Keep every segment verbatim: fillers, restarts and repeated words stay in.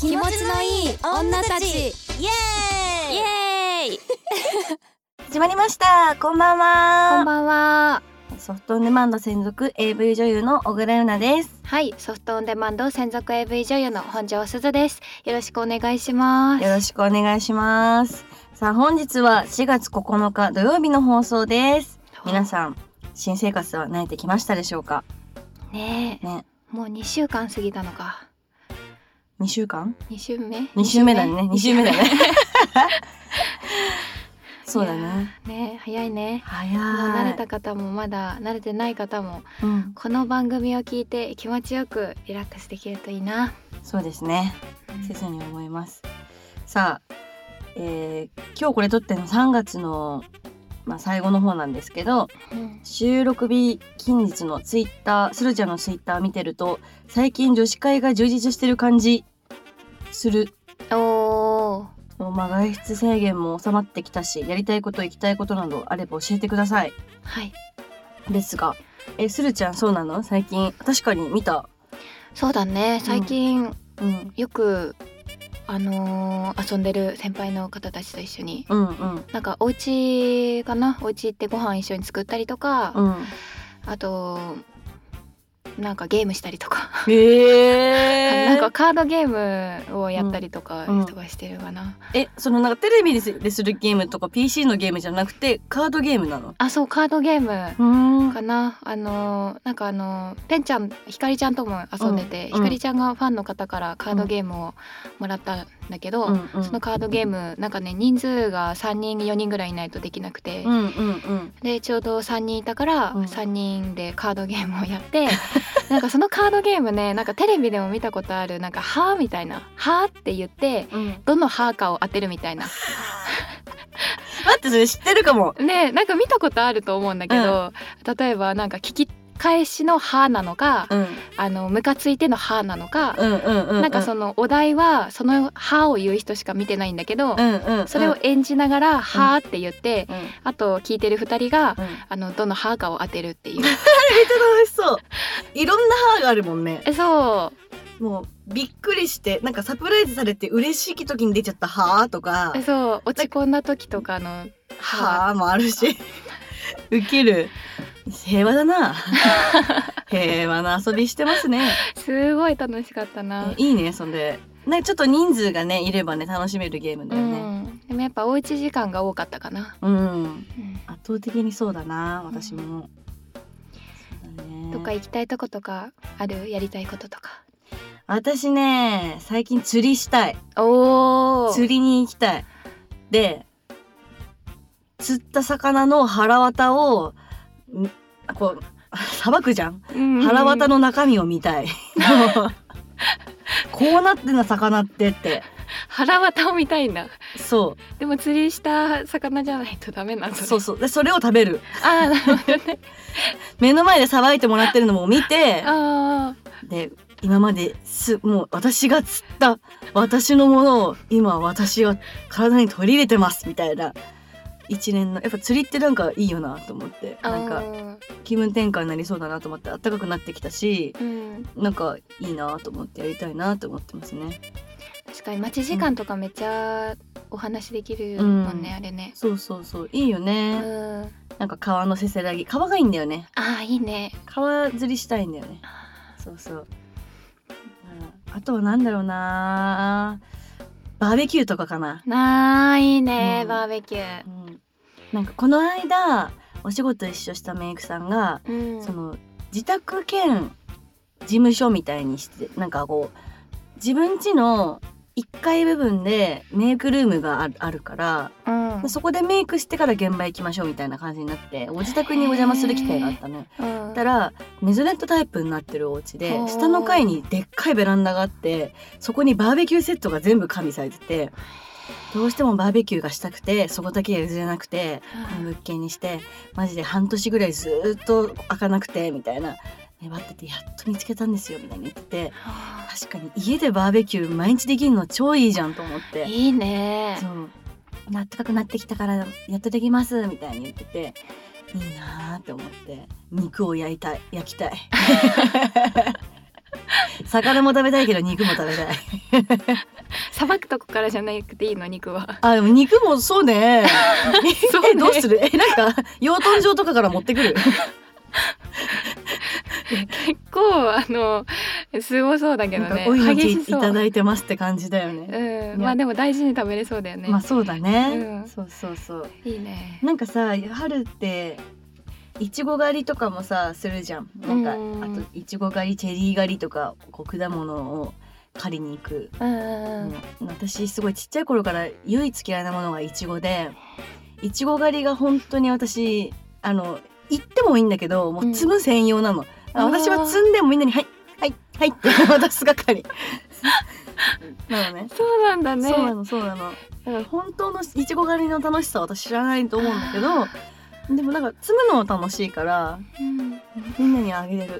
気持ちのいい女たち、イエーイイエーイ始まりました。こんばんは。 こんばんは。 ソフトオンデマンド専属 エーブイ 女優の小倉優奈です。 はい、ソフトオンデマンド専属 エーブイ 女優の本庄すずです。よろしくお願いします。 よろしくお願いします。さあ、本日はしがつここのか土曜日の放送です。皆さん、新生活は慣れてきましたでしょうか？ ねえ、 ね、 もうにしゅうかん過ぎたのか。 にしゅうかん？ に週目？ に週目だね。に週目だね。そうだね。 ね、早いね。 早い。 もう慣れた方もまだ慣れてない方も、 うん、 この番組を聞いて気持ちよくリラックスできるといいな。 そうですね。切に思います。さあ、えー、今日これ撮ってるのさんがつの、まあ、最後の方なんですけど、うん、収録日近日のツイッター、スルちゃんのツイッター見てると、最近女子会が充実してる感じする。 おー。 まあ、外出制限も収まってきたし、やりたいこと行きたいことなどあれば教えてください。 はい。ですが、え、スルちゃんそうなの？最近確かに見た。 そうだね。最近、 うん、 よくあのー、遊んでる先輩の方たちと一緒に、 うんうん、 なんかお家かな、お家行ってご飯一緒に作ったりとか、 うん、 あとなんかゲームしたりとか、 へーなんかカードゲームをやったりとか、うん、とかしてるかな。 え、そのなんかテレビでするゲームとか ピーシー のゲームじゃなくてカードゲームなの？ あ、そう、カードゲームかな。あのなんかあのペンちゃん、ひかりちゃんとも遊んでて、ひかりちゃんがファンの方からカードゲームをもらったんだけど、うんうん、そのカードゲームなんかね、人数がさんにんよにんぐらいいないとできなくて、 うんうんうん、でちょうどさんにんいたから、うん、さんにんでカードゲームをやってなんかそのカードゲームね、なんかテレビでも見たことある、なんかはーみたいな、はーって言って、うん、どのはーかを当てるみたいな待って、それ知ってるかもね。なんか見たことあると思うんだけど、うん、例えばなんか聞き返しのはーなのか、うん、あのムカついてのはーなのか、うんうんうんうん、なんかそのお題はそのはーを言う人しか見てないんだけど、うんうんうん、それを演じながらはーって言って、うん、あと聞いてるふたりが、うん、あのどのはーかを当てるっていう。めっちゃ楽しそう。いろんなはーがあるもんね。 え、そう、 もうびっくりして、なんかサプライズされて嬉しい時に出ちゃったはーとか、 え、そう、落ち込んだ時とかのはーもあるしウケる。平和だな平和な遊びしてますね。 すごい楽しかったな。 いいね、そんでね、ちょっと人数がねいればね楽しめるゲームだよね、うん、 でもやっぱおうち時間が多かったかな。 うん、うん、圧倒的にそうだな、私も、うん、そうだね。どっか行きたいとことかある？やりたいこととか。 私ね、最近釣りしたい。 おー、 釣りに行きたい。で、釣った魚の腹渡をこうさばくじゃん、うんうん、腹渡の中身を見たいこうなってんな魚ってって腹渡を見たいんだ。 そう。 でも釣りした魚じゃないとダメなんだ。 そうそう。でそれを食べる。 あー、なるほどね目の前でさばいてもらってるのも見て、 あで今まですもう私が釣った私のものを今私は体に取り入れてますみたいな一連の、やっぱ釣りってなんかいいよなと思って、なんか気分転換になりそうだなと思って、暖かくなってきたし、うん、なんかいいなと思ってやりたいなと思ってますね。 確かに待ち時間とかめっちゃお話できるもんね、うん、あれね。 そうそうそう、いいよね、うん、なんか川のせせらぎ、川がいいんだよね。 ああ、いいね。 川釣りしたいんだよね。そうそう、うん、あとはなんだろうな、バーベキューとかかな。 なあ、いいね、うん、バーベキュー、うん、 なんかこの間お仕事一緒したメイクさんが、うん、その自宅兼事務所みたいにして、なんかこう自分家のいっかい部分でメイクルームがあ る, あるから、うん、そこでメイクしてから現場行きましょうみたいな感じになって、ご自宅にお邪魔する機会があったのよ。だからメゾネットタイプになってるお家で、下の階にでっかいベランダがあって、そこにバーベキューセットが全部完備されてて、どうしてもバーベキューがしたくて、そこだけは譲れなくて、うん、物件にしてマジで半年ぐらいずっと開かなくてみたいな、粘っててやっと見つけたんですよみたいに言ってて、確かに家でバーベキュー毎日できるの超いいじゃんと思って。 いいね。 そう、暖かくなってきたからやっとできますみたいに言ってて、いいなーって思って、肉を焼いたい焼きたい魚も食べたいけど肉も食べたいさばくとこからじゃなくていいの肉は。 あでも肉もそうねそうねえどうするえなんか養豚場とかから持ってくる結構あのすごそうだけどね。 なんかお命い激しそう。 ただいてますって感じだよね。 うん、まあでも大事に食べれそうだよね。 まあそうだね、 うん、 そうそうそう。 いいね。 なんかさ春っていちご狩りとかもさするじゃん。なんか、うん、あといちご狩りチェリー狩りとかこう果物を狩りに行く、うんうん、私すごいちっちゃい頃から唯一嫌いなものがいちごで、いちご狩りが本当に私あの行ってもいいんだけどもう摘む専用なの、うん、私は摘んでもみんなにはいはいはいって渡す係なのね。 そうなんだね。 そうなのそうなの。だから本当のいちご狩りの楽しさは私知らないと思うんだけどでもなんか摘むのは楽しいから、うん、みんなにあげれる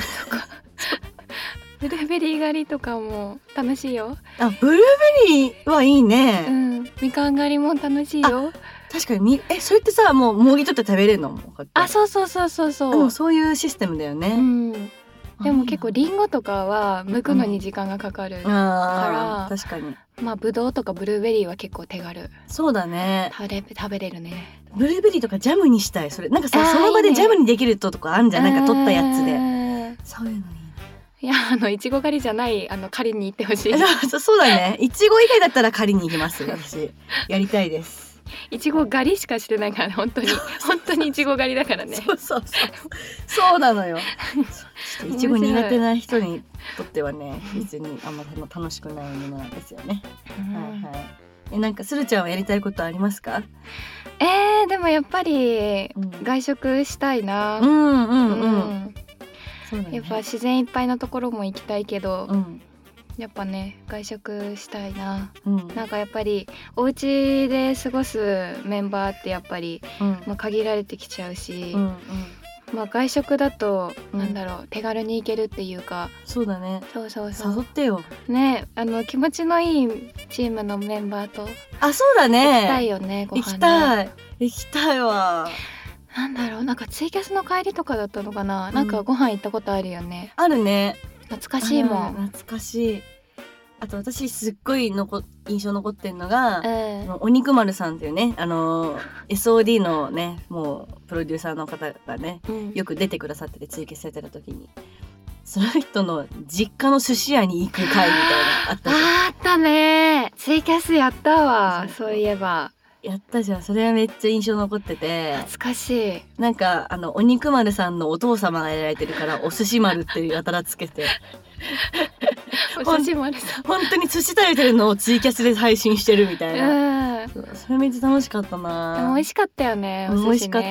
ブルーベリー狩りとかも楽しいよ。 あブルーベリーはいいね、 うん、みかん狩りも楽しいよ。 確かにみえそれってさもうもぎ取って食べれるの？ あそうそうそうそうそう。 でもそういうシステムだよね、うん、 でも結構リンゴとかは剥くのに時間がかかるから、うん、 あ確かにまあブドウとかブルーベリーは結構手軽。 そうだね食べ食べれるね。 ブルーベリーとかジャムにしたい。それなんかさその場でジャムにできるととかあんじゃん、なんか取ったやつでそういうのいい。 いやあのいちご狩りじゃないあの狩りに行ってほしいそ, そうだねいちご以外だったら狩りに行きます私やりたいです。 いちご狩りしかしてないからね本当に本当にいちご狩りだからねそうそうそうそうなのよいちご苦手な人にとってはね別にあんま楽しくないものなんですよね、はいはい。えなんかするちゃんはやりたいことありますか？ えー、でもやっぱり外食したいな、 うんうんうん、うんそうだね、 やっぱ自然いっぱいのところも行きたいけど、 うん、 やっぱね外食したいな、 うん、 なんかやっぱりお家で過ごすメンバーってやっぱり、うんまあ、限られてきちゃうし、うんうんまあ、外食だと、うん、なんだろう手軽に行けるっていうか。 そうだね。 そうそうそう誘ってよね。あの気持ちのいいチームのメンバーとあそうだね行きたいよね。ご飯ね行きたい行きたいわ。 なんだろうなんかツイキャスの帰りとかだったのかな、うん、なんかご飯行ったことあるよね。 あるね。 懐かしいもん。 懐かしい。あと私すっごいのこ印象残ってるのが、 えー、 お肉丸さんっていうねあの エスオーディー のねもうプロデューサーの方がね、うん、よく出てくださっててツイキャスされてた時にその人の実家の寿司屋に行く会みたいなあったじゃん。 あったねツイキャスやったわ。そういえばやったじゃん。それはめっちゃ印象残ってて懐かしい。 なんかあのお肉丸さんのお父様がやられてるからお寿司丸っていうやたらつけてお寿司丸さん本当に寿司食べてるのをツイキャスで配信してるみたいな、うん、そ, それめっちゃ楽しかったな。 でも美味しかったよね。お寿司ね美味しかった。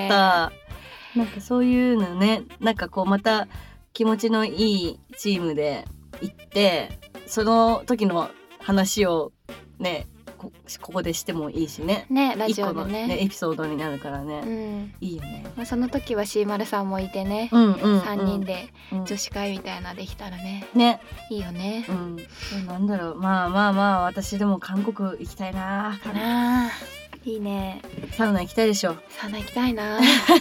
なんかそういうのねなんかこうまた気持ちのいいチームで行ってその時の話をねこ, ここでしてもいいしね。 ねラジオで ね, ねエピソードになるからね、 うん、 いいよね。 まあ、その時はシーマルさんもいてね、 うんうんうん、 さんにんで女子会みたいなできたらね、 うん、ねいいよね、 うん、なんだろうまあまあまあ私でも韓国行きたいなかな。いいね。 サウナ行きたいでしょ。 サウナ行きたいな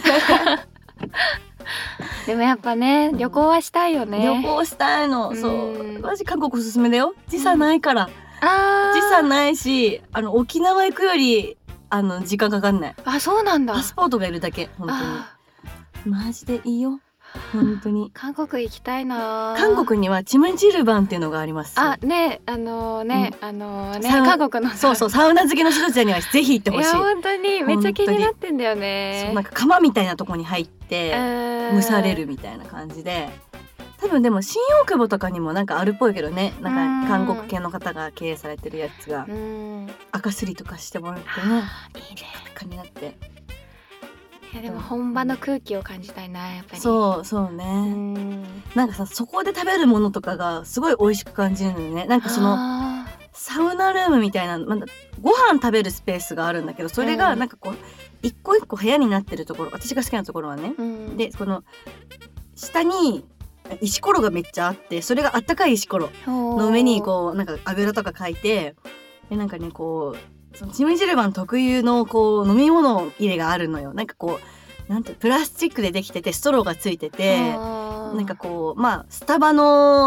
でもやっぱね旅行はしたいよね。 旅行したいの、うん、そうマジ韓国おすすめだよ。時差ないから、うん、 あ時差ないしあの沖縄行くよりあの時間かかんない。 あそうなんだ。 パスポートがいるだけ本当にマジでいいよ本当に。 韓国行きたいな。 韓国にはチムジルバンっていうのがあります。 あねあのー、ね、うん、あのー、ね韓国のそうそうサウナ好きの人たちにはぜひ行ってほしい。いや本当にめっちゃ気になってんだよね。 そうなんか釜みたいなとこに入って蒸されるみたいな感じで、多分でも新大久保とかにもなんかあるっぽいけどね。なんか韓国系の方が経営されてるやつが赤すりとかしてもらってね。いいね。カになって。 いやでも本場の空気を感じたいなやっぱり。 そうそうね。うんなんかさそこで食べるものとかがすごい美味しく感じるのよね。なんかそのサウナルームみたいな、まだご飯食べるスペースがあるんだけどそれがなんかこう一個一個部屋になってるところ私が好きなところはね、うん、でこの下に石ころがめっちゃあってそれがあったかい石ころの上にこうなんかあぐらとかかいてでなんかねこうそのチムジルバン特有のこう飲み物入れがあるのよ。なんかこうなんてプラスチックでできててストローがついててなんかこうまあスタバの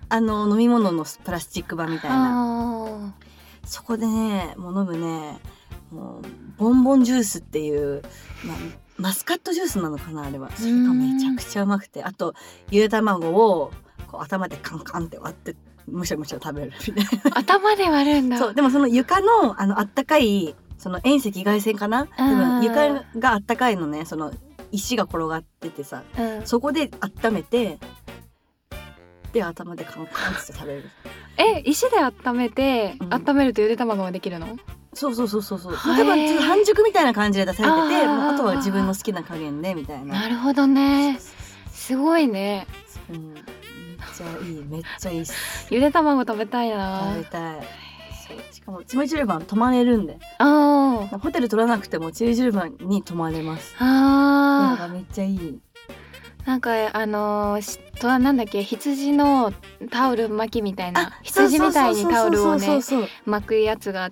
あの飲み物のプラスチック版みたいな、そこでねもう飲むねもうボンボンジュースっていう、まあ、マスカットジュースなのかなあれは。それがめちゃくちゃうまくて、あとゆで卵をこう頭でカンカンって割ってむしゃむしゃ食べるみたいな。 頭で割るんだ。 そうでもその床のあのあったかいその遠赤外線かな、多分床があったかいのね、その石が転がっててさ、うん、そこで温めてで頭でカンカンって食べる。 え石で温めて、うん、温めるとゆで卵ができるの？ そうそうそうそうそう。多分ちょっと半熟みたいな感じで出されてて、もうあとは自分の好きな加減でみたいな。 なるほどね。すごいね。 うん、めっちゃいい、めっちゃいいっす。 ゆで卵食べたいな。 食べたい。しかもチムジルバン泊まれるんで。 ああ。 ホテル取らなくてもチムジルバンに泊まれます。 ああ。めっちゃいい。 なんかあのー、となんだっけ羊のタオル巻きみたいな、羊みたいにタオルをね巻くやつがあって、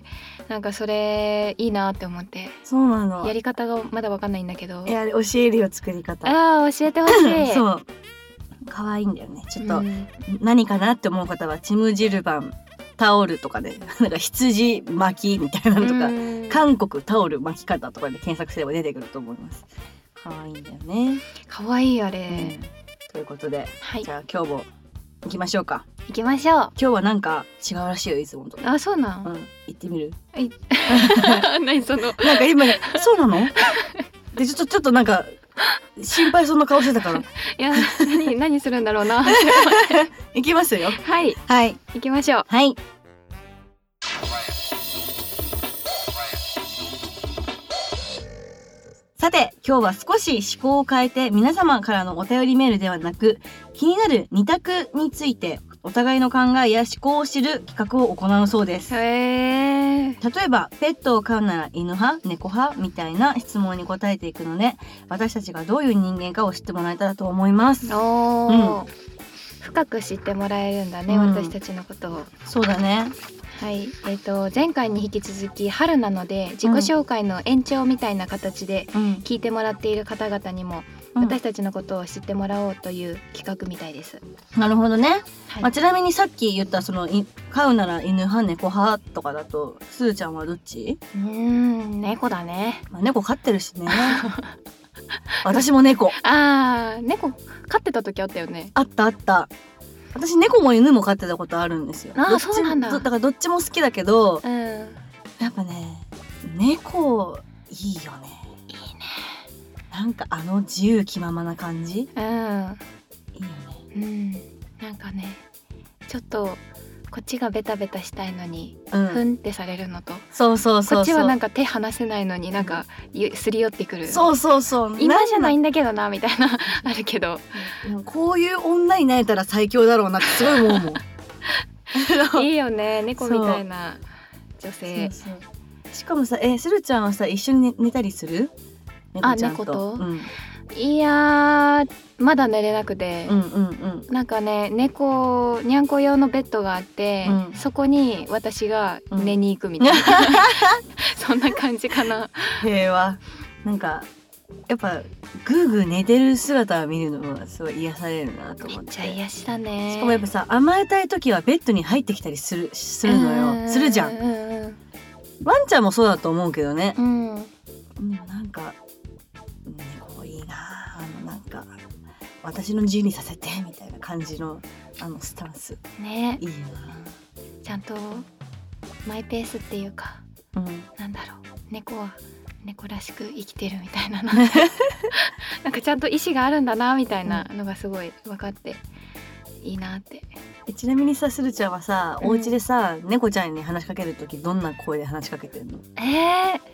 なんかそれいいなって思って。 そうなの。 やり方がまだわかんないんだけど。 いや教えるよ作り方。 ああ教えてほしい。 そう。可愛いんだよね。ちょっと、うん、何かなって思う方はチムジルバンタオルとかでなんか羊巻きみたいなのとか、うん、韓国タオル巻き方とかで検索すれば出てくると思います。可愛いんだよね。 可愛いあれ、うん、 ということで、 はい、 じゃあ今日も行きましょうか。 行きましょう。 今日はなんか違うらしいよいつもと。 あ、そうなん。 うん、行ってみる。 何そのなんか今ね、そうなの？でちょっとちょっとなんか心配そうな顔してたから。いや何何するんだろうな。 行きますよ。 はいはい行きましょう。 はい。さて今日は少し趣向を変えて皆様からのお便りメールではなく気になる二択についてお互いの考えや思考を知る企画を行うそうです。 へー。 例えばペットを飼うなら犬派猫派みたいな質問に答えていくので私たちがどういう人間かを知ってもらえたらと思います。 おー、うん、深く知ってもらえるんだね、うん、私たちのことを。 そうだね。 はい、えーと、前回に引き続き春なので自己紹介の延長みたいな形で聞いてもらっている方々にも私たちのことを知ってもらおうという企画みたいです。 なるほどね、はい。まあ、ちなみにさっき言ったその飼うなら犬派猫派とかだとすずちゃんはどっち？ うーん猫だね、 まあ、猫飼ってるしね。私も猫。 あー猫飼ってた時あったよね。 あったあった。私猫も犬も飼ってたことあるんですよ。 あ、そうなんだ。 だからどっちも好きだけど、 うん、 やっぱね猫いいよね。 いいね。 なんかあの自由気ままな感じ、 うん、いいよね。 うん、なんかねちょっとこっちがベタベタしたいのに、うん、ふんってされるのと、 そうそうそうそう、 こっちはなんか手離せないのになんかすり寄ってくる。 そうそうそう、 今じゃないんだけどなみたいなあるけど、 こういう女になれたら最強だろうなってすごい思うもん。 いいよね猫みたいな女性。 そうそう、しかもさ、えするちゃんはさ一緒に 寝, 寝たりする？ あ、猫と、うん、いやまだ寝れなくて、 うんうんうん、 なんかね猫にゃんこ用のベッドがあって、うん、そこに私が寝に行くみたいな、うん、そんな感じかな。 平和。なんかやっぱグーグー寝てる姿を見るのがすごい癒されるなと思って。 めっちゃ癒しだね。 しかもやっぱさ甘えたい時はベッドに入ってきたりするするのよ。するじゃん、うんうん、ワンちゃんもそうだと思うけどね、 うん、 なんか猫いいな。あのなんか私の自由にさせてみたいな感じのあのスタンスね、 いいな。 ちゃんとマイペースっていうか、 うん、 なんだろう、猫は猫らしく生きてるみたいななんかなんかちゃんと意志があるんだなみたいなのがすごい分かっていいなって。 えちなみにさするちゃんはさ、うん、お家でさ猫ちゃんに話しかけるときどんな声で話しかけてるの？ えー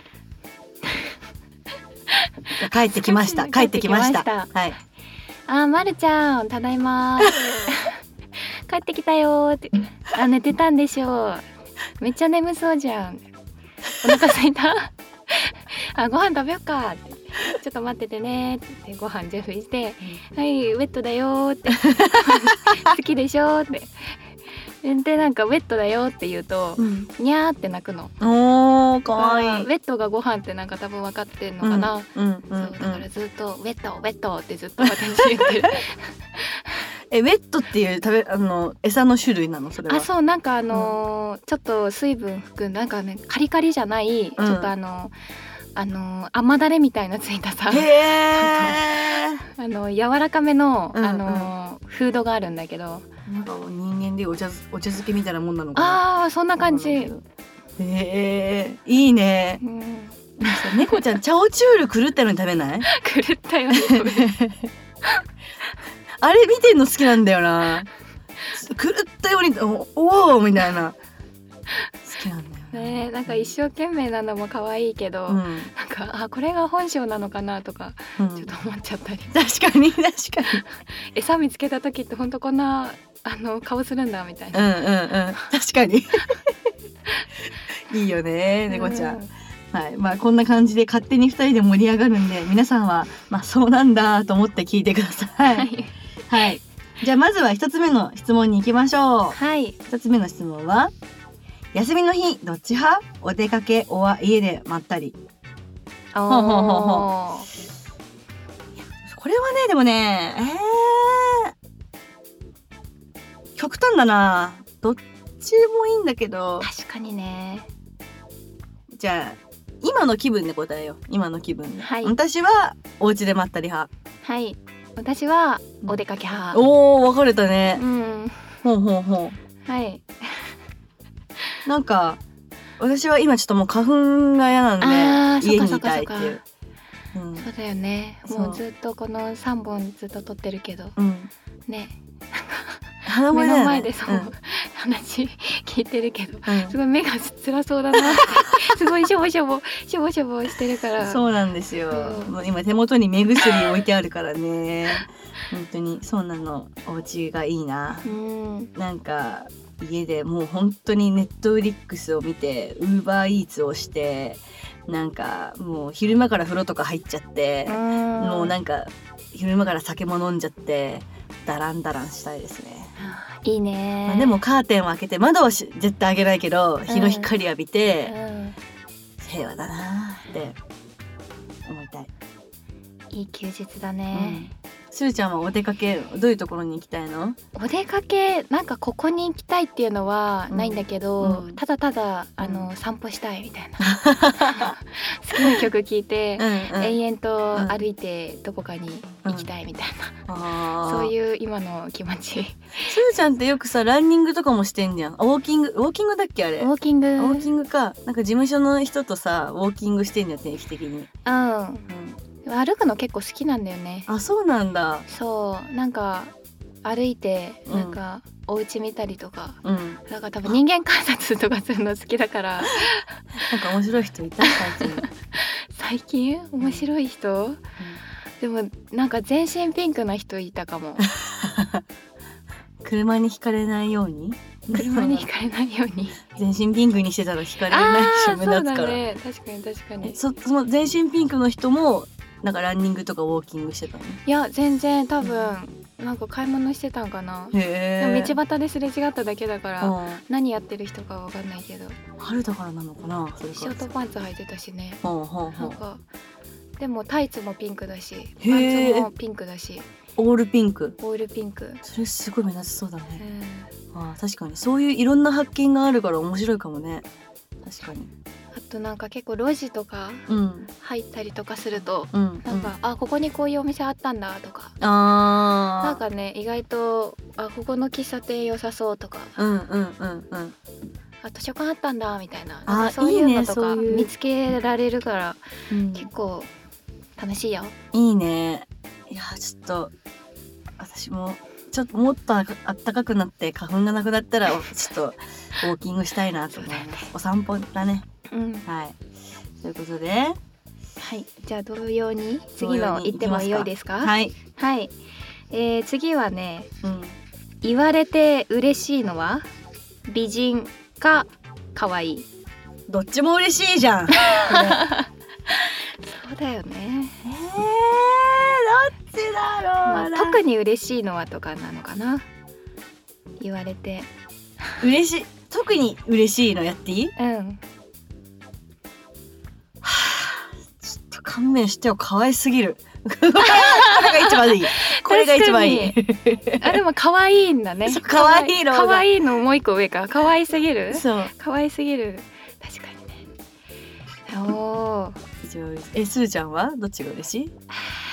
帰ってきました帰ってきました。はい。 あ、まるちゃんただいま帰ってきたよって。あ、寝てたんでしょう。めっちゃ眠そうじゃん。お腹空いた？あ、ご飯食べようかって。ちょっと待っててねって言ってご飯準備して、うん、はいウェットだよって好きでしょってでなんかウェットだよって言うと、うん、にゃーって泣くの。 おーかわいい。 ウェットがご飯ってなんか多分分かってんのかな、 うんうんうんうん、 そうだからずっとウェットウェットってずっと私言ってる。 えウェットっていう食べあの餌の種類なのそれは？ あそうなんかあのーうん、ちょっと水分含んなんかねカリカリじゃない、うん、ちょっとあのあの甘だれみたいなついたさへあの柔らかめの、うんうん、あのフードがあるんだけどなんか人間でお茶お茶漬けみたいなもんなのかな。 あーそんな感じ。 へえいいね、うん、猫ちゃんチャオチュール狂ったように食べない？ 狂ったように食べるあれ見てんの好きなんだよな。狂ったようにおおーみたいな好きなんだよね。なんか一生懸命なのも可愛いけど、うん、なんかあこれが本性なのかなとか、うん、ちょっと思っちゃったり。 確かに確かに餌見つけた時ってほんとこんなあの顔するんだみたいな。 うんうんうん確かにいいよね猫ちゃん、うんはいまあ、こんな感じで勝手にふたりで盛り上がるんで皆さんは、まあ、そうなんだと思って聞いてください、はいはい、じゃあまずは一つ目の質問に行きましょう。 はい一つ目の質問は休みの日どっち派？お出かけおは家でまったり。ほうほうほうほうこれはねでもねえー、極端だな。どっちもいいんだけど確かにね。 じゃあ今の気分で答えよう。今の気分で、 はい、 私はお家でまったり派。 はい私はお出かけ派。 おー分かれたね。 うんほうほうほうはいなんか私は今ちょっともう花粉が嫌なんで家にいたいっていう。 うん、そうだよね。もうずっとこのさんぼんずっと撮ってるけど、うん、ねなんか目の前でそう、うん、話聞いてるけど、うん、すごい目が辛そうだなってすごいしょぼしょぼしょぼしょぼしてるからそうなんですよ、うん、もう今手元に目薬置いてあるからね本当にそうなの。お家がいいな、うん、なんか家でもう本当にネットフリックスを見てウーバーイーツをしてなんかもう昼間から風呂とか入っちゃってもうなんか昼間から酒も飲んじゃってダランダランしたいですね。 いいね、 まあ、でもカーテンを開けて窓は絶対開けないけど日の光浴びて、うん、平和だなって思いたい。 いい休日だね、 うんするちゃんはお出かけどういうところに行きたいの？ お出かけなんかここに行きたいっていうのはないんだけど、うん、ただただあの、うん、散歩したいみたいな好きな曲聴いて、うんうん、延々と歩いてどこかに行きたいみたいな、うん、そういう今の気持ち。 するちゃんってよくさランニングとかもしてんじゃん。ウォーキングウォーキングだっけあれ？ ウォーキングウォーキングか。なんか事務所の人とさウォーキングしてんじゃん定期的に。 うん、うん歩くの結構好きなんだよね。 あ、そうなんだ。 そうなんか歩いてなんかお家見たりとか、うん、なんか多分人間観察とかするの好きだからなんか面白い人いた最近最近面白い人、うん、でもなんか全身ピンクな人いたかも車にひかれないように車にひかれないように全身ピンクにしてたらひかれないし目立つから。そうだね確かに確かに。 そ, その全身ピンクの人もなんかランニングとかウォーキングしてたの？ いや全然多分なんか買い物してたんかな。へー。でも道端ですれ違っただけだから、うん、何やってる人かわかんないけど。 春だからなのかな。それショートパンツ履いてたしね。 ほうほうほう。 なんかでもタイツもピンクだしパンツもピンクだし。 オールピンク。 オールピンク。 それすごい目立ちそうだね。ああ確かにそういういろんな発見があるから面白いかもね。確かに。 あとなんか結構路地とか入ったりとかすると、うん、なんか、うん、あここにこういうお店あったんだとか、あなんかね意外とあここの喫茶店良さそうとか、うんうんうんうん、あ図書館あったんだみたいな、なんかそういうのとか見つけられるから、うん、結構楽しいよ。 いいね。いやちょっと私もちょっともっとあったかくなって花粉がなくなったらちょっとウォーキングしたいなと思います。お散歩だね。うん、はい。ということで、はい。 じゃあ同様に次の言ってもよいですか？ はい。 はい。えー、次はね、うん、言われて嬉しいのは美人か可愛い。 どっちも嬉しいじゃん。 そうだよね。えー、どっちだろうな。 まあ、特に嬉しいのはとかなのかな。言われて嬉しい。特に嬉しいのやっていい？ うん。 考勘弁してよ可愛すぎるこれが一番いいこれが一番いいあでも可愛いんだね可愛いの可愛いのもう一個上か可愛すぎるそう可愛すぎる確かにねおーえすーちゃんはどっちが嬉しい？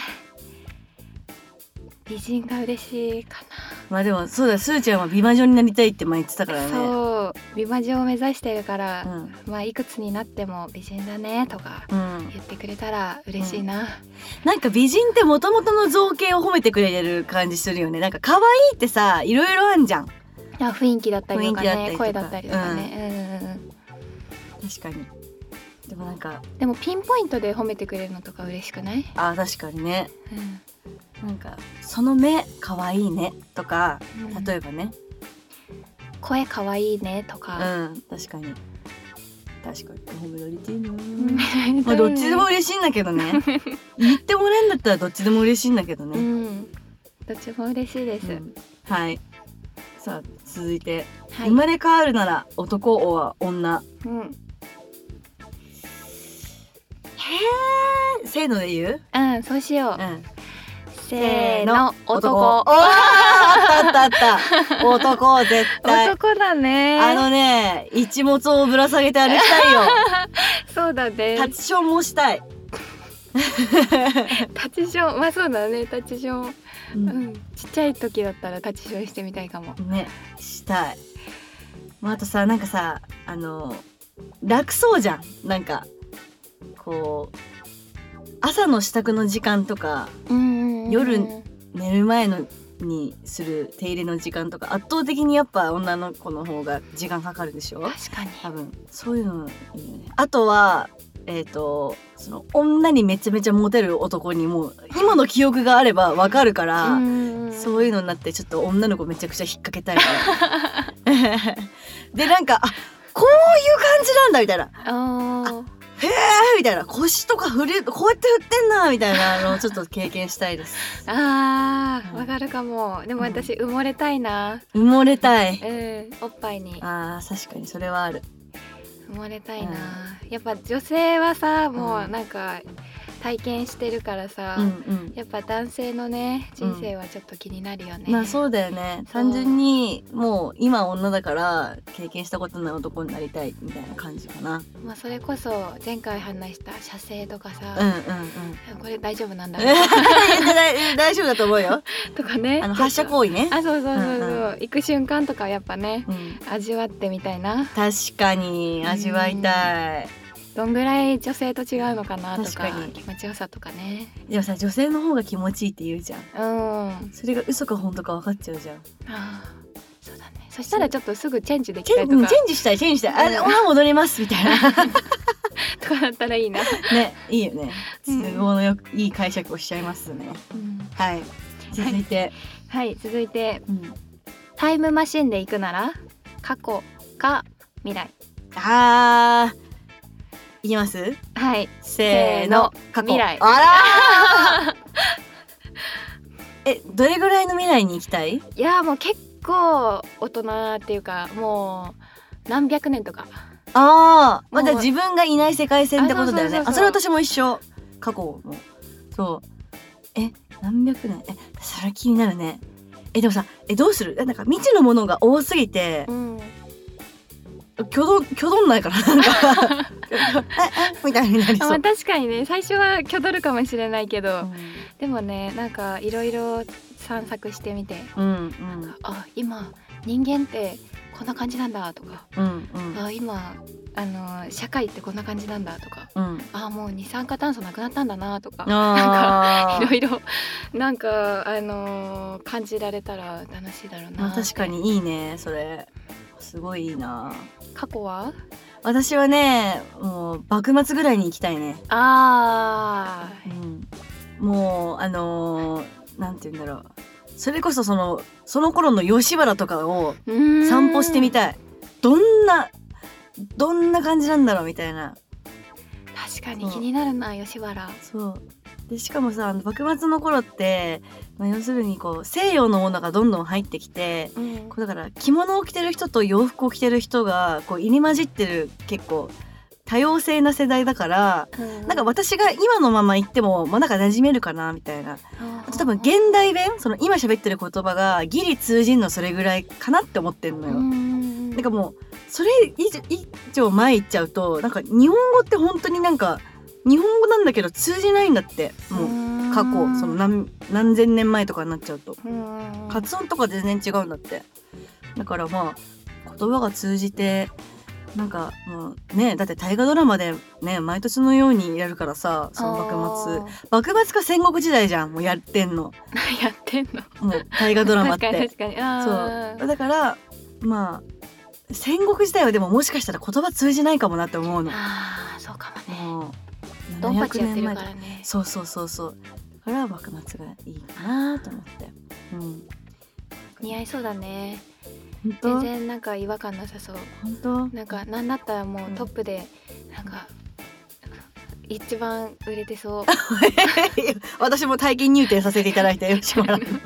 美人が嬉しいかな。 まあでもそうだすーちゃんは美魔女になりたいって前言ってたからね。 そう美魔女を目指してるから、 うん、 まあいくつになっても美人だねとか言ってくれたら嬉しいな、うんうん、 なんか美人ってもともとの造形を褒めてくれる感じするよね。なんか可愛いってさいろいろあんじゃん。 あ雰囲気だったりとかね声だったりとかね、うんうんうん、確かに。でもなんかでもピンポイントで褒めてくれるのとか嬉しくない？ あ確かにね、うん、なんかその目可愛いねとか、うん、例えばね声可愛いねとか、 うん確かに確かに褒められていいなまあどっちでも嬉しいんだけどね言ってもらえるんだったらどっちでも嬉しいんだけどね、うん、 どっちも嬉しいです、うん、 はいさあ続いて、はい、生まれ変わるなら男は女、うんへーせーので言う？ うんそうしよう、うん、せーの男おーあったあったあった男絶対男だね。 あのね一物をぶら下げて歩きたいよそうだねタッチションもしたいタッチションまあそうだねタッチション、うんうん、ちっちゃい時だったらタッチションしてみたいかもねしたい。まあ、あとさなんかさあの楽そうじゃんなんかこう朝の支度の時間とか、うんうんうん、夜寝る前のにする手入れの時間とか圧倒的にやっぱ女の子の方が時間かかるでしょ。 確かに多分そういうのいいよね。あとはえっとその女にめちゃめちゃモテる男にもう今の記憶があればわかるからうんそういうのになってちょっと女の子めちゃくちゃ引っ掛けたいねでなんかあこういう感じなんだみたいなあへーみたいな腰とか振るこうやって振ってんなみたいなのをちょっと経験したいですあーわかるかも。でも私、うん、埋もれたいな。 埋もれたい、 うん、おっぱいにあー確かにそれはある。 埋もれたいな、うん、やっぱ女性はさもうなんか体験してるからさ、うんうん、やっぱ男性のね人生はちょっと気になるよね、 うん、まあそうだよね。単純にもう今女だから経験したことない男になりたいみたいな感じかな。 まあそれこそ前回話した射精とかさ、 うんうんうん、 これ大丈夫なんだろう大丈夫だと思うよとかねあの発射行為ね。 あそうそうそうそう、うんうん、行く瞬間とかやっぱね、うん、味わってみたいな。 確かに味わいたい、うんどんぐらい女性と違うのかなとか、確かに気持ちよさとかね。 でもさ女性の方が気持ちいいって言うじゃん、うん、それが嘘か本当か分かっちゃうじゃん。 あそうだね。そしたらちょっとすぐチェンジできたりとかチェンジしたいチェンジしたい、うん、あ女戻りますみたいなとかだったらいいなねいいよね都合のよく、うん、いい解釈をしちゃいますね、うん、はい続いてはい、はい、続いて、うん、タイムマシンで行くなら過去か未来。 あーいきますはいせーの過去未来。 あらえどれぐらいの未来に行きたい？ いやもう結構大人っていうかもう何百年とか。 ああまだ自分がいない世界線ってことだよね。あそれ私も一緒。過去もそうえ何百年えそれ気になるね。えでもさえどうするなんか未知のものが多すぎて、うんきょどきょどんないからなんかみたいになりそう。 まあ、確かにね最初はきょどるかもしれないけど、うん、でもねなんかいろいろ散策してみて、うんうん、なんかあ今人間ってこんな感じなんだとか、うんうん、あ今あの社会ってこんな感じなんだとか、うん、あもう二酸化炭素なくなったんだなとかなんかいろいろなんかあのー、感じられたら楽しいだろうな。 確かにいいねそれすごいいいな。 過去は私はねもう幕末ぐらいに行きたいね。 あー、うん、もうあのー、なんて言うんだろうそれこそそのその頃の吉原とかを散歩してみたい。どんなどんな感じなんだろうみたいな。 確かに気になるな吉原。 そうでしかもさ幕末の頃って、まあ、要するにこう西洋のものがどんどん入ってきて、うん、こうだから着物を着てる人と洋服を着てる人がこう入り混じってる結構多様性な世代だから、うん、なんか私が今のまま言ってもまあなんか馴染めるかなみたいな、あと多分現代弁、その今喋ってる言葉がギリ通じんのそれぐらいかなって思ってんのよ。なんかもうそれ以上前行っちゃうとなんか日本語って本当になんか日本語なんだけど通じないんだって。もう過去その 何, 何千年前とかになっちゃうと発音とか全然違うんだって。だからまあ言葉が通じてなんかもうね、だって大河ドラマでね毎年のようにやるからさ、その幕末幕末か戦国時代じゃん、もうやってんのやってんのもう大河ドラマって確かに確かに。 そうだからまあ戦国時代はでももしかしたら言葉通じないかもなって思うの。 あーそうかもね。 もうドンパチやってるからね。 そうそうそうそう。だから幕末がいいかなと思って、うん、 似合いそうだね。 全然なんか違和感なさそう。 本当？ なんかなんだったらもうトップでなんか、うん、一番売れてそう。 私も体験入店させていただいてよろしくお願いします。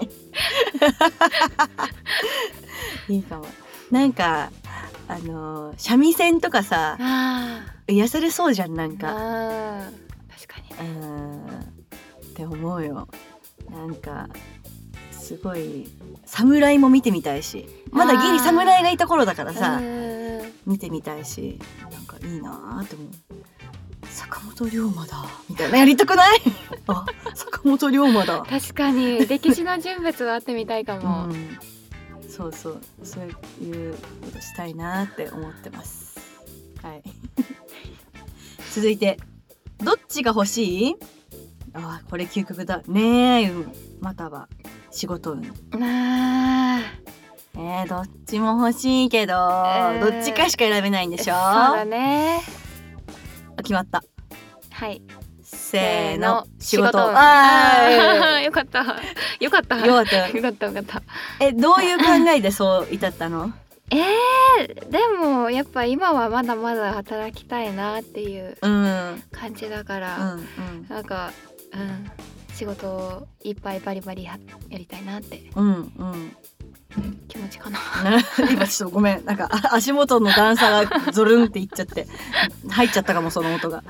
いいかも。なんかあのー、三味線とかさ癒されそうじゃん。なんかあ確かに、 うん、って思うよ。なんかすごい侍も見てみたいし、まだギリ侍がいた頃だからさ見てみたいし、なんかいいなって思う。坂本龍馬だみたいなやりたくない？あ、坂本龍馬だ。 確かに歴史の人物は会ってみたいかも、 うん、そうそう、そういうことしたいなって思ってます。はい続いてどっちが欲しい？あ、これ究極だ。恋愛運または仕事運。 あえー、どっちも欲しいけど、えー、どっちかしか選べないんでしょ。そうだね。 決まった。 はい。 せーの、仕事。 仕事あーよかったよかったよかったよかったよかった。 え、どういう考えでそう至ったの？ えー、でもやっぱ今はまだまだ働きたいなっていう感じだから、うんうん、なんか、うん、仕事をいっぱいバリバリ や, やりたいなって、うんうん、気持ちかな。 今ちょっとごめん、なんか足元の段差がゾルンっていっちゃって入っちゃったかも、その音が。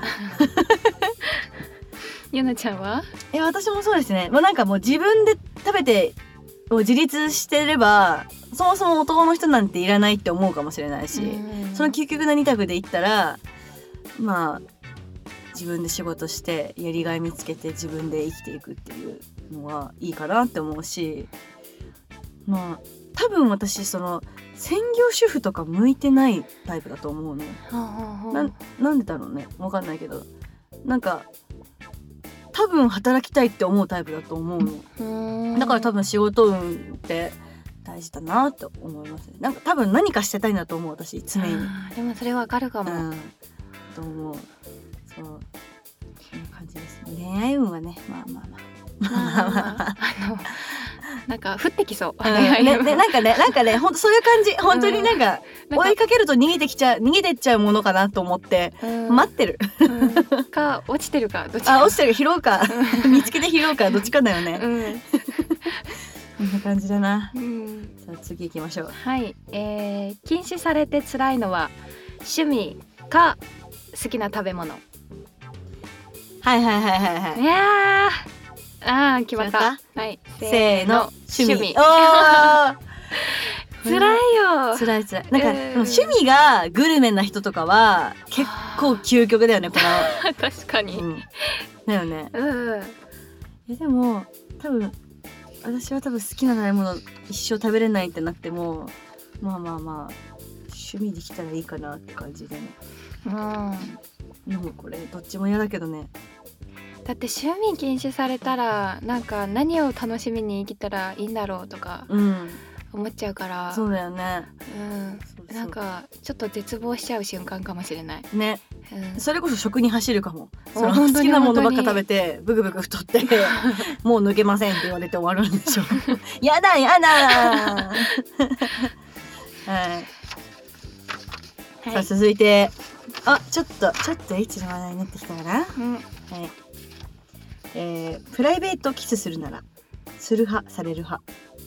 ゆなちゃんは？ え、私もそうですね。もうなんかもう自分で食べてもう自立してればそもそも男の人なんていらないって思うかもしれないし、その究極な二択で言ったらまあ自分で仕事してやりがい見つけて自分で生きていくっていうのはいいかなって思うし、まあ多分私その専業主婦とか向いてないタイプだと思うの。な, なんでだろうね、分かんないけど、なんか多分働きたいって思うタイプだと思うの。だから多分仕事運って大事だなと思いますね。なんか多分何かしてたいなと思う、私常に。 でもそれわかるかも、 うん、と思う。そう、そんな感じですね。恋愛運はね、まあまあまあまあまああのなんか降ってきそう、 うんねね、なんかねなんかねほんとそういう感じ。本当になんか、うん、追いかけると逃げてきちゃう逃げてっちゃうものかなと思って、うん、待ってる、 うん、か落ちてるかどっちか。 あ、落ちてる、拾うか見つけて拾うかどっちかだよね、うん、こんな感じだな、うん、さあ次行きましょう。 はい、えー、禁止されて辛いのは趣味か好きな食べ物。 はいはいはいはいはい。 いやあー決まった。はい、 せーの、趣味。 趣味。 お辛いよ。 辛い辛い。なんか、えー、趣味がグルメな人とかは結構究極だよね、この。 確かに、うん、 だよね。 うん。 いやでも多分私は多分好きな食べ物一生食べれないってなってもまあまあまあ趣味できたらいいかなって感じでね。うん。でもこれどっちも嫌だけどね。 だって趣味禁止されたらなんか何を楽しみに生きたらいいんだろうとか思っちゃうから、うん、 そうだよね、 うん、そうそう、なんかちょっと絶望しちゃう瞬間かもしれないね、うん、それこそ食に走るかも。その好きなものばっか食べてブクブク太ってもう抜けませんって言われて終わるんでしょ。やだやだはい、はい、さあ続いて、あ、ちょっとちょっとエッチな話題になってきたかな、うん、はい、えー、プライベートキスするならする派される派。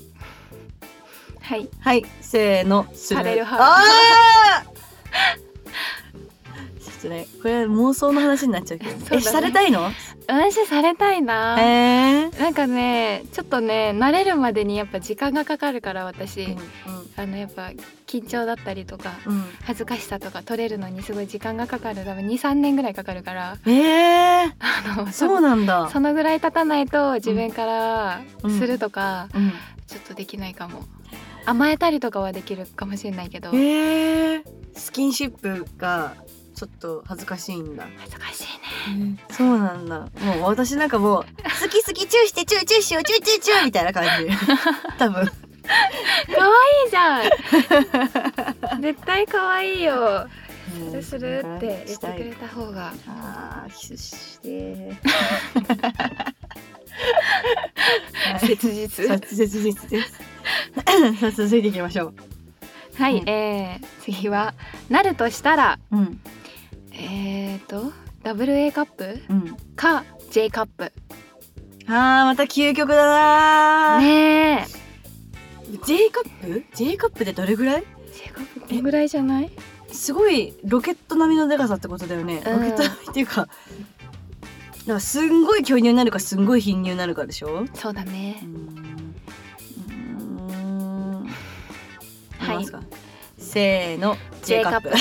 はいはい、 せーの、 するされる派。 あーとねこれ妄想の話になっちゃうけど、ね、えされたいの？ 私されたいな、 えー、 なんかねちょっとね慣れるまでにやっぱ時間がかかるから私、うんうん、あのやっぱ緊張だったりとか、うん、恥ずかしさとか取れるのにすごい時間がかかる。多分 にさんねんぐらいかかるからえー、 あのそうなんだ。 そのぐらい経たないと自分からするとか、 うんうん、 ちょっとできないかも。甘えたりとかはできるかもしれないけど、 えー、スキンシップがちょっと恥ずかしいんだ。 恥ずかしいね、 えー、そうなんだ。もう私なんかもう好き好きチューしてチューチューしようチューチューチューみたいな感じ多分可愛いじゃん絶対可愛いよ。キスするって言ってくれた方が。 あーキスして切実切実ですさあ続いていきましょう。 はい、うん、えー、次はなるとしたら、 うん、 えーと ダブルエー カップ、 うん、 か ジェイ カップ。 あーまた究極だなねえ。 J カップ J カップでどれぐらい？ J カップこのぐらいじゃない？ すごいロケット並みのデカさってことだよね、うん、ロケット並みっていうかだからすんごい巨乳になるかすんごい貧乳になるかでしょ。 そうだね。うーんはい、せーの J カップやっ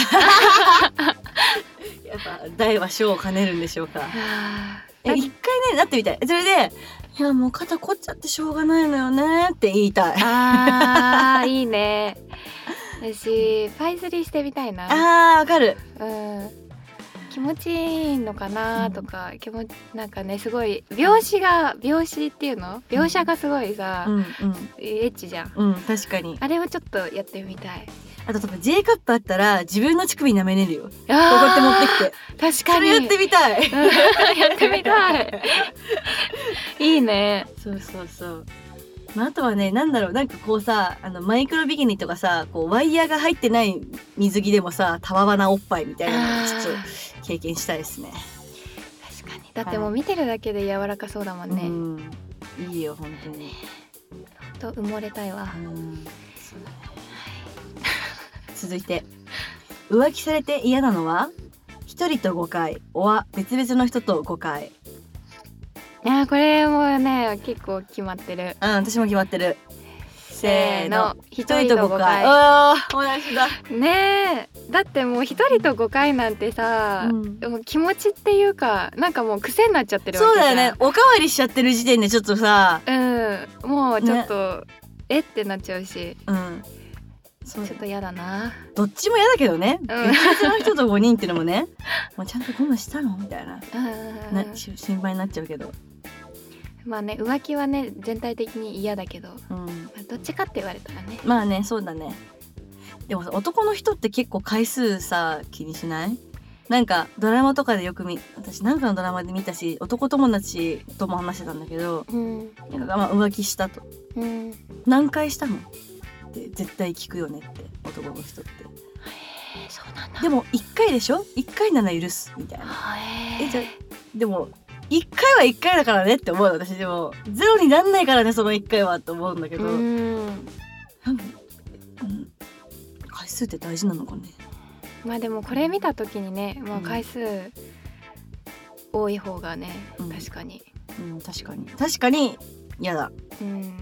ぱ大は小を兼ねるんでしょうか。え一回ねなってみたい。それでいやもう肩凝っちゃってしょうがないのよねって言いたい。 あーいいね。私パイ釣りしてみたいな。 あーわかる、 うん、気持ちいいのかなとか、うん、気持ちなんかねすごい描写が描写っていうの描写がすごいさ、うんうん、エッチじゃん、 うん、確かにあれをちょっとやってみたい。 あと多分 J カップあったら自分の乳首舐めれるよ。こうやって持ってきて確かにそれやってみたいやってみたいいいね。 そうそうそう、まあ、あとはねなんだろうなんかこうさあのマイクロビキニとかさこうワイヤーが入ってない水着でもさたわわなおっぱいみたいなのをちょっと経験したいですね。 確かにだってもう見てるだけで柔らかそうだもんね、 うん、いいよ本当にほんと埋もれたいわ。 うんそうだね、続いて浮気されて嫌なのは一人とごかいおは別々の人とごかい。 いやこれもね結構決まってる。 うん私も決まってる。 せーの一人とごかい。 あー同じだねえ。だってもう一人とごかいなんてさ、うん、でも気持ちっていうかなんかもう癖になっちゃってるわけじゃん。 そうだよね。おかわりしちゃってる時点でちょっとさうんもうちょっと、ね、えってなっちゃうし、 うんちょっと嫌だな。 どっちも嫌だけどね、うん、別々の人とごにんっていうのもねもうちゃんとゴムしたのみたいな、な心配になっちゃうけどまあね浮気はね全体的に嫌だけど、うんまあ、どっちかって言われたらねまあねそうだね。でもさ男の人って結構回数さ気にしない？なんかドラマとかでよく見私なんかのドラマで見たし男友達とも話してたんだけど、うん、なんかまあ浮気したと、うん、何回したのって絶対聞くよねって男の人って。へーそうなんだ。 でもいっかいでしょいっかいなら許すみたいな。えじゃでもいっかいはいっかいだからねって思うの私。でもゼロになんないからねそのいっかいはって思うんだけどうんなんか、うん、回数って大事なのかね。 まあでもこれ見た時にね、まあ、回数多い方がね、うん、確かに、 うん、確かに確かに嫌だ、 うん、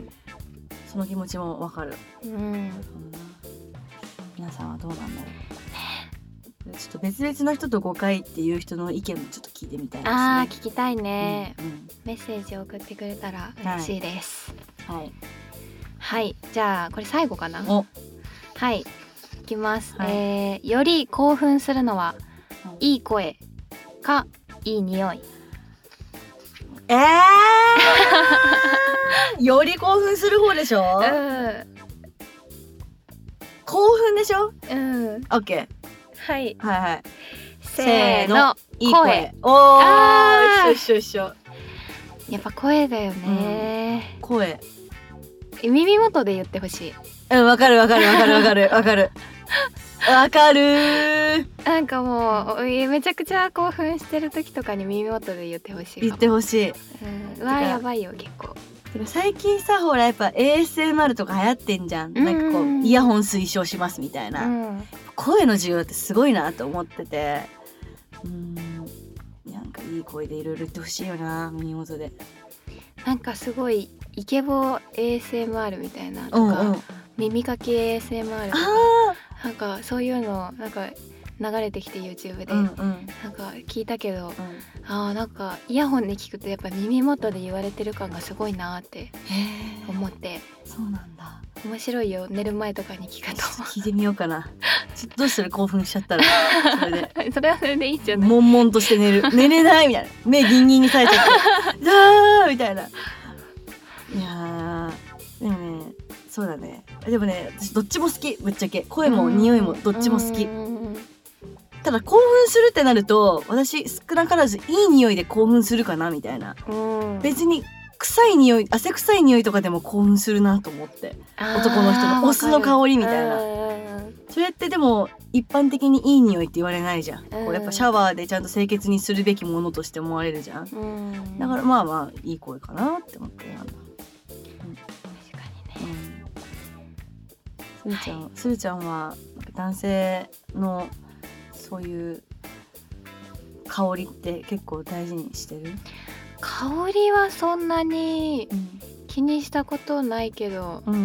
その気持ちもわかる、 うん、 皆さんはどうなんだろう、ね、ちょっと別々の人とごかいっていう人の意見もちょっと聞いてみたいですね。 あー聞きたいね、 うんうん、 メッセージを送ってくれたら嬉しいです。 はい、 はい、じゃあこれ最後かな。 おはいいきます、はいえー、より興奮するのは、はい、いい声かいい匂い。 えー、より興奮する方でしょ、うん、興奮でしょ、 うん、 オッケー、 はい、 はいはいせーのいい声。おー一緒一緒一緒。 やっぱ声だよね、 うん、声耳元で言ってほしい。 うんわかるわかるわかるわかるわかるわかる。 なんかもうめちゃくちゃ興奮してる時とかに耳元で言ってほしい。 言ってほしい、 うん、うわやばいよ結構。 最近さほらやっぱ エーエスエムアール とか流行ってんじゃん、うん、なんかこうイヤホン推奨しますみたいな、うん、声の需要ってすごいなと思っててうんなんかいい声でいろいろ言ってほしいよな耳元で。 なんかすごいイケボ エーエスエムアール みたいなとか、うんうん、耳かき エーエスエムアール とかなんかそういうのなんか流れてきて YouTube で、うんうん、なんか聞いたけど、うん、あなんかイヤホンで聞くとやっぱ耳元で言われてる感がすごいなって思って。 そうなんだ。 面白いよ寝る前とかに聞くと。 聞いてみようかな。ちょっとどうしたら興奮しちゃったらそれでそれはそれでいいじゃない。 悶々として寝る寝れないみたいな目ギンギンにされちゃってあーみたいな。いやでもねそうだね。でもね私どっちも好きぶっちゃけ声も匂いもどっちも好き。ただ興奮するってなると私少なからずいい匂いで興奮するかなみたいな。別に臭い匂い汗臭い匂いとかでも興奮するなと思って。男の人のお酢の香りみたいな。それってでも一般的にいい匂いって言われないじゃん。こうやっぱシャワーでちゃんと清潔にするべきものとして思われるじゃん。だからまあまあいい声かなって思ってなんだ。するちゃん、するちゃんは男性のそういう香りって結構大事にしてる？ 香りはそんなに気にしたことないけど、うんうん、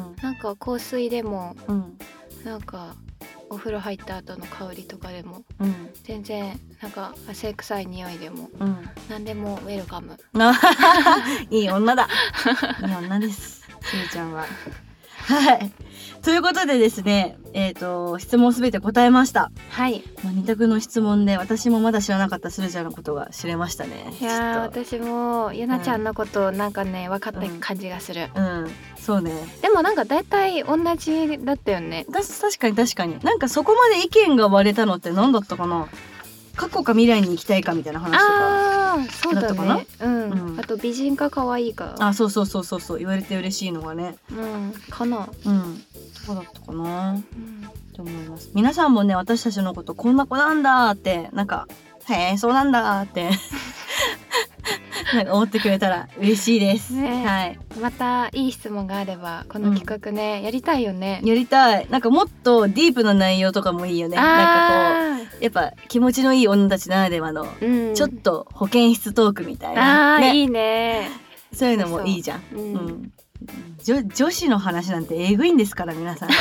なんか香水でも、うん、なんかお風呂入った後の香りとかでも、うん、全然なんか汗臭い匂いでも、うん、何でもウェルカム。 いい女だ。いい女です。するちゃんは。はい。ということでですね、えっと質問すべて答えました。 はい。 まあ、二択の質問で私もまだ知らなかったするちゃんのことが知れましたね。 いや私もゆなちゃんのことなんかね、うん、分かった感じがする。 うん、うん、そうね。 でもなんか大体同じだったよね。 だ確かに確かに。なんかそこまで意見が割れたのって何だったかな。過去か未来に行きたいかみたいな話とか。 あそうだね。うん、うん。あと美人か可愛いか。 あそうそうそうそうそう言われて嬉しいのがね。 うんかな。 うん。そうだったかな、うん、と思います。皆さんもね私たちのことこんな子なんだってなんかへえそうなんだってなんか思ってくれたら嬉しいです、ね、はい。 またいい質問があればこの企画ね、うん、やりたいよね。 やりたい。なんかもっとディープな内容とかもいいよね。なんかこうやっぱ気持ちのいい女たちならではの、うん、ちょっと保健室トークみたいな、 あ、ね、いいね。 そういうのもいいじゃん。うん、うん女, 女子の話なんてえぐいんですから皆さん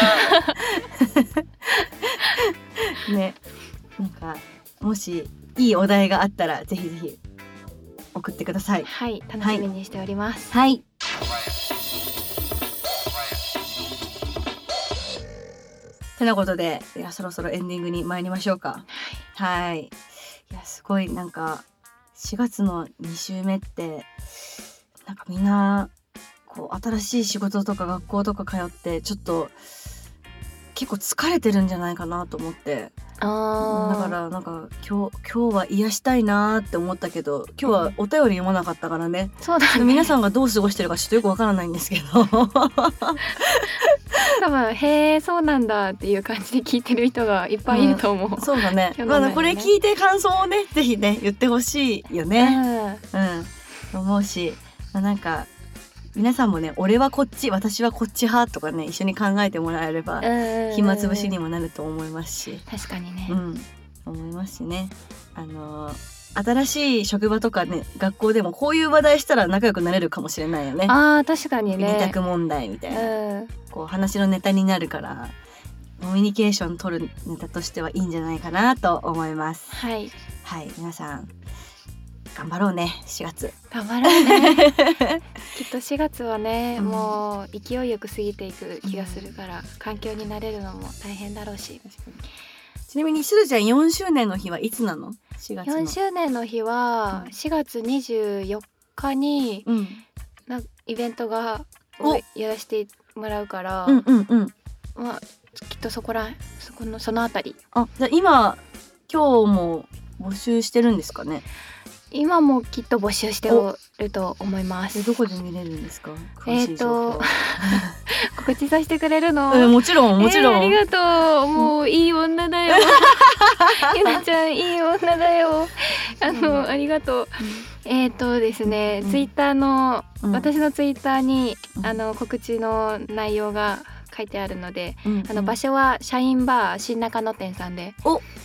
ね、なんかもしいいお題があったらぜひぜひ送ってください。 はい楽しみにしております。 はい、はい、てなことでいやそろそろエンディングに参りましょうか。はい、はい、いやすごいなんかしがつのに週目ってなんかみんなこう新しい仕事とか学校とか通ってちょっと結構疲れてるんじゃないかなと思って、あだからなんか今日今日は癒したいなって思ったけど今日はお便り読まなかったからね、 うん、そうだね。 皆さんがどう過ごしてるかちょっとよくわからないんですけど多分へえそうなんだっていう感じで聞いてる人がいっぱいいると思う、 うん、そうだね。まあこれ聞いて感想をねぜひね言ってほしいよね。うん、うん、思うし、まあ、なんか皆さんもね俺はこっち私はこっち派とかね一緒に考えてもらえれば暇つぶしにもなると思いますし、 確かにね、 うん、思いますしね。あのー、新しい職場とかね学校でもこういう話題したら仲良くなれるかもしれないよね。 あー確かにね。 二択問題みたいな、うん、こう話のネタになるからコミュニケーション取るネタとしてはいいんじゃないかなと思います。 はいはい皆さん頑張ろうね。しがつ頑張ろうねきっとしがつはね、うん、もう勢いよく過ぎていく気がするから、うん、環境に慣れるのも大変だろうし。 ちなみにしずちゃんよんしゅうねんの日はいつなの？しがつのよんしゅうねんの日はしがつにじゅうよっかに、うん、なイベントがやらせてもらうから、うんうんうん、まあ、きっとそこらそこのそのあたり。 あ、じゃあ今今日も募集してるんですかね？ 今もきっと募集しておると思います。 どこで見れるんですか？ えっと告知させてくれるの？ えー、もちろんもちろん、 えー、ありがとう。もういい女だよゆなちゃんいい女だよ。あの、うん、ありがとう、うん、えっとですね、うん、ツイッターの、うん、私のツイッターに、うん、あの告知の内容が書いてあるので、うん、あの場所はシャインバー新中野店さんでお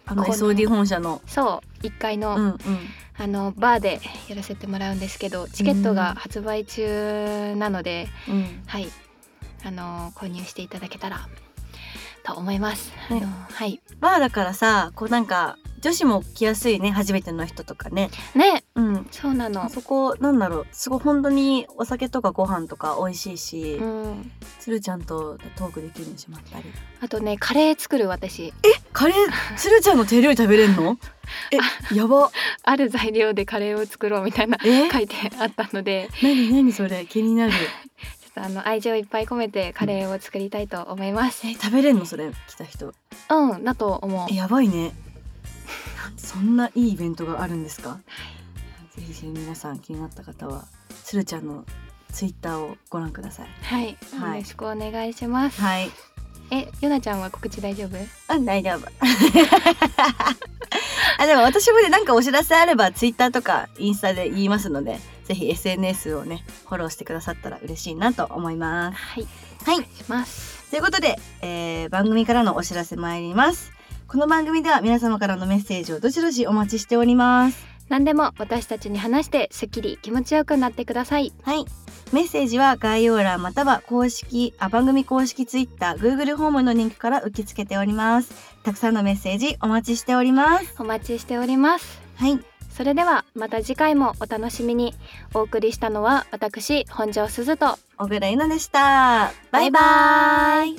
あの エスオーディー 本社のそういっかいの、うんうん、あのバーでやらせてもらうんですけど、チケットが発売中なので、うん、はいあの購入していただけたらと思います、ね、あのはい、 バーだからさこうなんか女子も来やすいね、初めての人とかね。 ね、うん、そうなの。 そこなんだろう、すごい本当にお酒とかご飯とか美味しいし、うん、つるちゃんとトークできるんでしまったり。 あとねカレー作る私。 え、カレーつるちゃんの手料理食べれんの？え、やば。 ある材料でカレーを作ろうみたいな書いてあったので。 何何それ気になる。 あの愛情いっぱい込めてカレーを作りたいと思います。 え、食べれんのそれ来た人？ うんだと思う。 え、やばいね。そんないいイベントがあるんですか？はい、ぜひ皆さん気になった方はつるちゃんのツイッターをご覧ください。 はい、はい、よろしくお願いします。 はい。 え、ヨナちゃんは告知大丈夫？ うん、大丈夫。あ、でも私もね、なんかお知らせあればツイッターとかインスタで言いますので、ぜひ エスエヌエス をねフォローしてくださったら嬉しいなと思います。 はい、 はい、 お願いします。 ということで、えー、番組からのお知らせ参ります。この番組では皆様からのメッセージをどしどしお待ちしております。 何でも私たちに話してすっきり気持ちよくなってください。 はい、メッセージは概要欄または公式あ番組公式ツイッター Google ホームのリンクから受け付けております。たくさんのメッセージお待ちしております。 お待ちしております。 はい、 それではまた次回もお楽しみに。お送りしたのは私本庄すずと小倉優奈でした。バイバーイ。